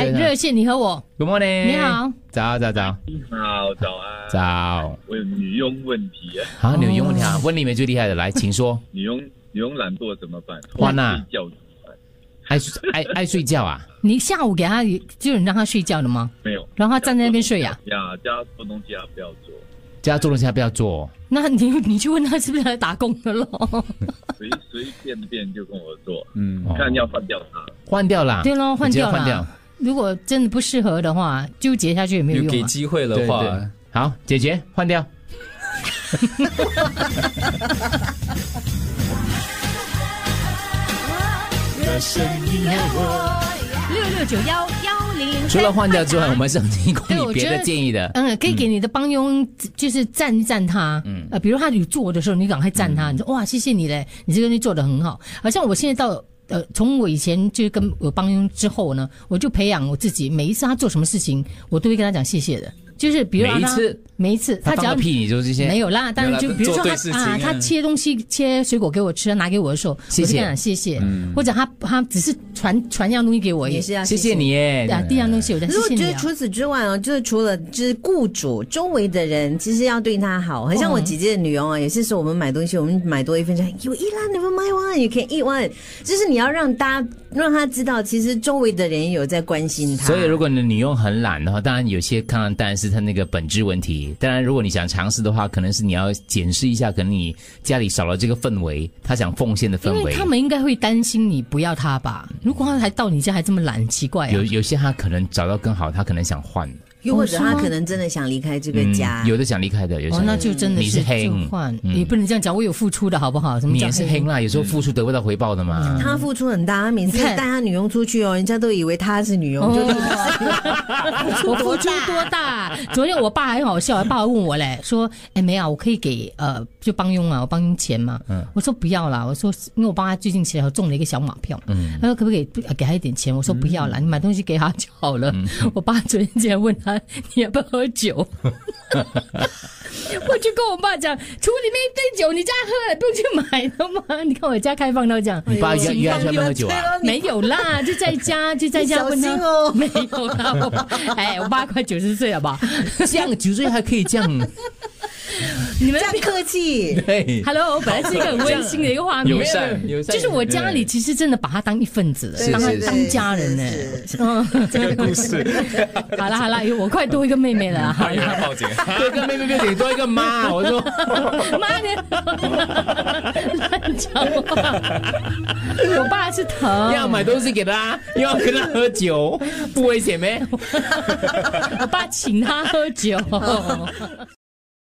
来热线，你和我。 Good morning， 你好， 早。 你好，早安。 早。 我有女佣问题啊。 好，女佣问题啊，问里面最厉害的，来，请说。 女佣懒惰怎么办？ 换啊， 睡觉怎么办？ 爱睡觉啊？ 你下午给他就有人让他睡觉的吗？ 没有， 然后他站在那边睡呀？ 叫他做东西不要做。 叫他做东西不要做。 那你去问他是不是来打工的咯？ 随便就跟我做，看要换掉他。 换掉啦。 对咯，换掉啦。如果真的不适合的话，纠结下去也没有用。 有给机会的话， 对，好，解决，换掉。 66911000。 除了换掉之外，我们是提供你别的建议的。 可以给你的帮佣就是赞一赞他。比如他有做的时候，你赶快赞他，你说哇，谢谢你嘞，你这个东西做得很好。好像我现在到。从我以前就跟我帮佣之后呢，我就培养我自己，每一次他做什么事情，我都会跟他讲谢谢的。就是比如每一次他只要屁你就这些没有啦，当然就比如说他切东西切水果给我吃，拿给我的时候，我就跟他讲谢谢，或者他只是传样东西给我，也是要谢谢你耶。 第一样东西我在谢谢你。 就是除此之外就是除了就是雇主周围的人，其实要对他好。很像我姐姐的女佣啊，有些时候我们买东西，我们买多一份，You eat one, never mind one, you can eat one。就是你要让他知道，其实周围的人有在关心他。 所以如果你的女佣很懒的话，当然有些当然是他那个本质问题。当然，如果你想尝试的话，可能是你要检视一下，可能你家里少了这个氛围，他想奉献的氛围。 因为他们应该会担心你不要他吧？如果他还到你家还这么懒，奇怪啊。 有些他可能找到更好，他可能想换。 又或者他可能真的想离开这个家， 有的想离开的，有些那就真的是就换，也不能这样讲。我有付出的好不好？什么叫你也是黑啦？有时候付出得不到回报的嘛。 他付出很大，他每次带他女佣出去人家都以为他是女佣。 我付出多大？昨天我爸还很好笑，爸问我嘞，说：“没有，我可以给就帮佣啊，我帮佣钱嘛。”我说不要啦，我说因为我帮他最近起来中了一个小马票，他说可不可以给他一点钱？我说不要啦，你买东西给他就好了。我爸昨天竟然问他。你要不要喝酒？我就跟我爸讲，厨里面一堆酒，你家喝不用去买的吗？你看我家开放到这样。 你爸约他去喝酒啊？ 没有啦，就在家问他。没有啦，我爸快90岁了吧？ 这样9岁还可以这样。 你们这样客气。 对 ，Hello， 本来是一个很温馨的一个画面， 友善， 就是我家里其实真的把他当一份子了，当家人呢。 这个故事。 好啦，我快多一个妹妹了。 好，要报警。 多一个妹妹不行，多一个妈。我说妈的，乱讲话。我爸是疼， 要买东西给他，又要跟他喝酒，不危险咩？ 我爸请他喝酒。